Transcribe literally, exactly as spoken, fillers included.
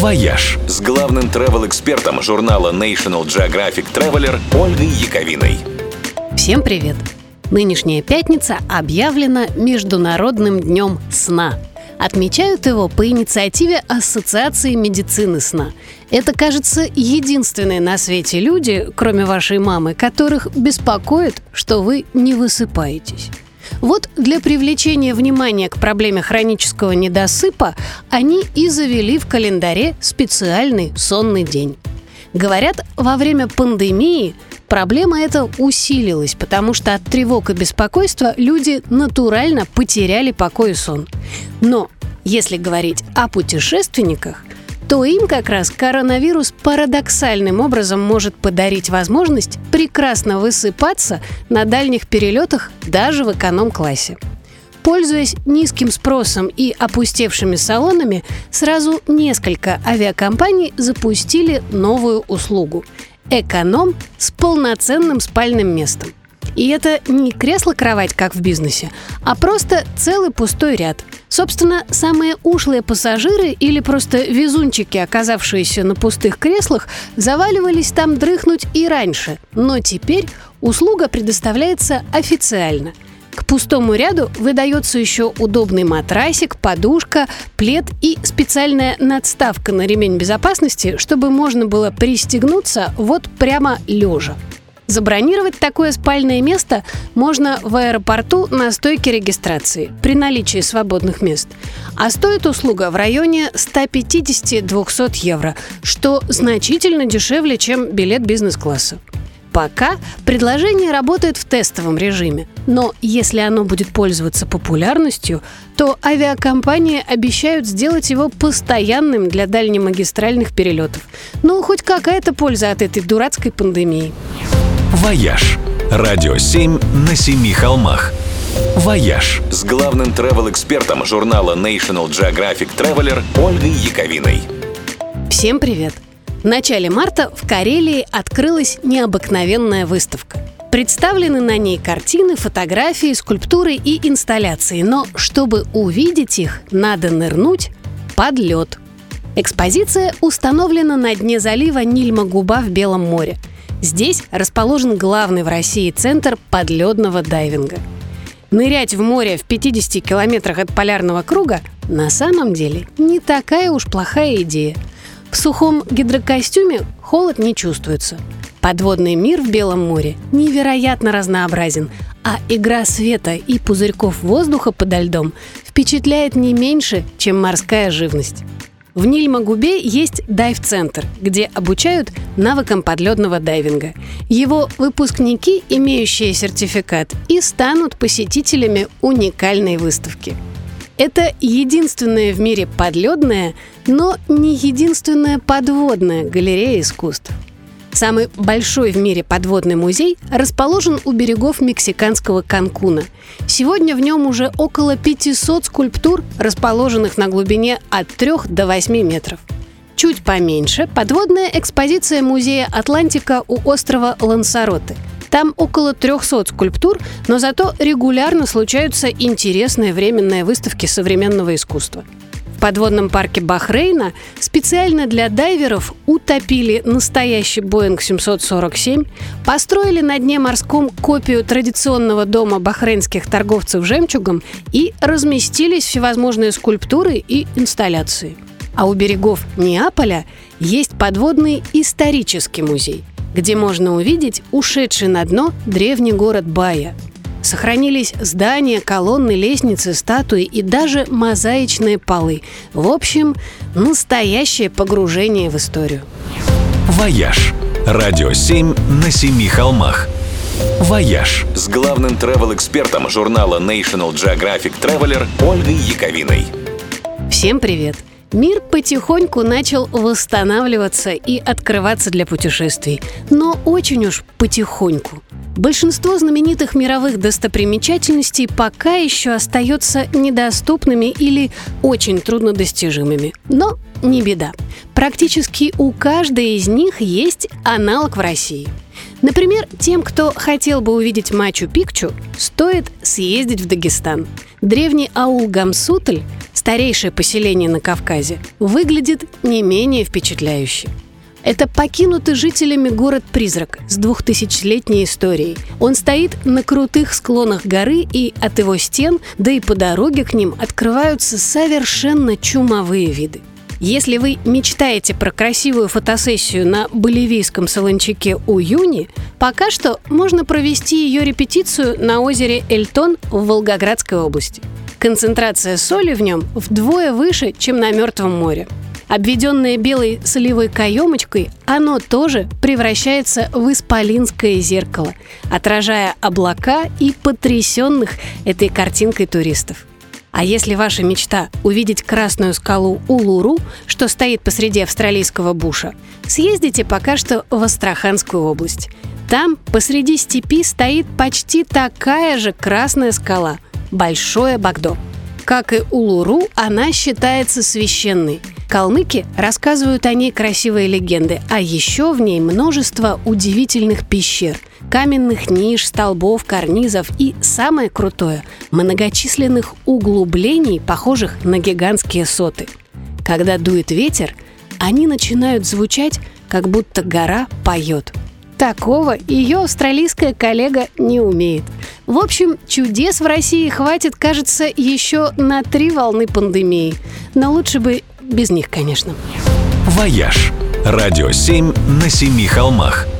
«Вояж» с главным travel-экспертом журнала National Geographic Traveler Ольгой Яковиной. Всем привет! Нынешняя пятница объявлена Международным днем сна. Отмечают его по инициативе Ассоциации медицины сна. Это, кажется, единственные на свете люди, кроме вашей мамы, которых беспокоит, что вы не высыпаетесь. Вот для привлечения внимания к проблеме хронического недосыпа они и завели в календаре специальный сонный день. Говорят, во время пандемии проблема эта усилилась, потому что от тревог и беспокойства люди натурально потеряли покой и сон. Но если говорить о путешественниках, то им как раз коронавирус парадоксальным образом может подарить возможность прекрасно высыпаться на дальних перелетах даже в эконом-классе. Пользуясь низким спросом и опустевшими салонами, сразу несколько авиакомпаний запустили новую услугу – эконом с полноценным спальным местом. И это не кресло-кровать, как в бизнесе, а просто целый пустой ряд. Собственно, самые ушлые пассажиры или просто везунчики, оказавшиеся на пустых креслах, заваливались там дрыхнуть и раньше. Но теперь услуга предоставляется официально. К пустому ряду выдается еще удобный матрасик, подушка, плед и специальная надставка на ремень безопасности, чтобы можно было пристегнуться вот прямо лежа. Забронировать такое спальное место можно в аэропорту на стойке регистрации при наличии свободных мест. А стоит услуга в районе сто пятьдесят - двести евро, что значительно дешевле, чем билет бизнес-класса. Пока предложение работает в тестовом режиме, но если оно будет пользоваться популярностью, то авиакомпании обещают сделать его постоянным для дальнемагистральных перелетов. Ну, хоть какая-то польза от этой дурацкой пандемии. «Вояж» – радио семь на семи холмах. «Вояж» с главным travel-экспертом журнала National Geographic Traveler Ольгой Яковиной. Всем привет! В начале марта в Карелии открылась необыкновенная выставка. Представлены на ней картины, фотографии, скульптуры и инсталляции, но чтобы увидеть их, надо нырнуть под лед. Экспозиция установлена на дне залива Нильма-Губа в Белом море. Здесь расположен главный в России центр подледного дайвинга. Нырять в море в пятидесяти километрах от полярного круга на самом деле не такая уж плохая идея. В сухом гидрокостюме холод не чувствуется. Подводный мир в Белом море невероятно разнообразен, а игра света и пузырьков воздуха подо льдом впечатляет не меньше, чем морская живность. В Нильма-Губе есть дайв-центр, где обучают навыкам подледного дайвинга. Его выпускники, имеющие сертификат, и станут посетителями уникальной выставки. Это единственная в мире подледная, но не единственная подводная галерея искусств. Самый большой в мире подводный музей расположен у берегов мексиканского Канкуна. Сегодня в нем уже около пятисот скульптур, расположенных на глубине от трёх до восьми метров. Чуть поменьше подводная экспозиция музея «Атлантика» у острова Лансароте. Там около трехсот скульптур, но зато регулярно случаются интересные временные выставки современного искусства. В подводном парке Бахрейна специально для дайверов утопили настоящий Боинг семьсот сорок семь, построили на дне морском копию традиционного дома бахрейнских торговцев жемчугом и разместились всевозможные скульптуры и инсталляции. А у берегов Неаполя есть подводный исторический музей, где можно увидеть ушедший на дно древний город Бая. Сохранились здания, колонны, лестницы, статуи и даже мозаичные полы. В общем, настоящее погружение в историю. «Вояж» – радио семь на семи холмах. «Вояж» с главным travel-экспертом журнала National Geographic Traveler Ольгой Яковиной. Всем привет! Мир потихоньку начал восстанавливаться и открываться для путешествий, но очень уж потихоньку. Большинство знаменитых мировых достопримечательностей пока еще остается недоступными или очень труднодостижимыми. Но не беда. Практически у каждой из них есть аналог в России. Например, тем, кто хотел бы увидеть Мачу-Пикчу, стоит съездить в Дагестан. Древний аул Гамсутль старейшее поселение на Кавказе, выглядит не менее впечатляюще. Это покинутый жителями город-призрак с двухтысячелетней историей. Он стоит на крутых склонах горы, и от его стен, да и по дороге к ним открываются совершенно чумовые виды. Если вы мечтаете про красивую фотосессию на боливийском солончаке Уюни, пока что можно провести ее репетицию на озере Эльтон в Волгоградской области. Концентрация соли в нем вдвое выше, чем на Мертвом море. Обведенное белой солевой каемочкой, оно тоже превращается в исполинское зеркало, отражая облака и потрясенных этой картинкой туристов. А если ваша мечта — увидеть красную скалу Улуру, что стоит посреди австралийского буша, съездите пока что в Астраханскую область. Там посреди степи стоит почти такая же красная скала — Большое Багдо. Как и Улуру, она считается священной. Калмыки рассказывают о ней красивые легенды, а еще в ней множество удивительных пещер, каменных ниш, столбов, карнизов и, самое крутое, многочисленных углублений, похожих на гигантские соты. Когда дует ветер, они начинают звучать, как будто гора поет. Такого ее австралийская коллега не умеет. В общем, чудес в России хватит, кажется, еще на три волны пандемии. Но лучше бы без них, конечно. «Вояж» – радио семь на семи холмах.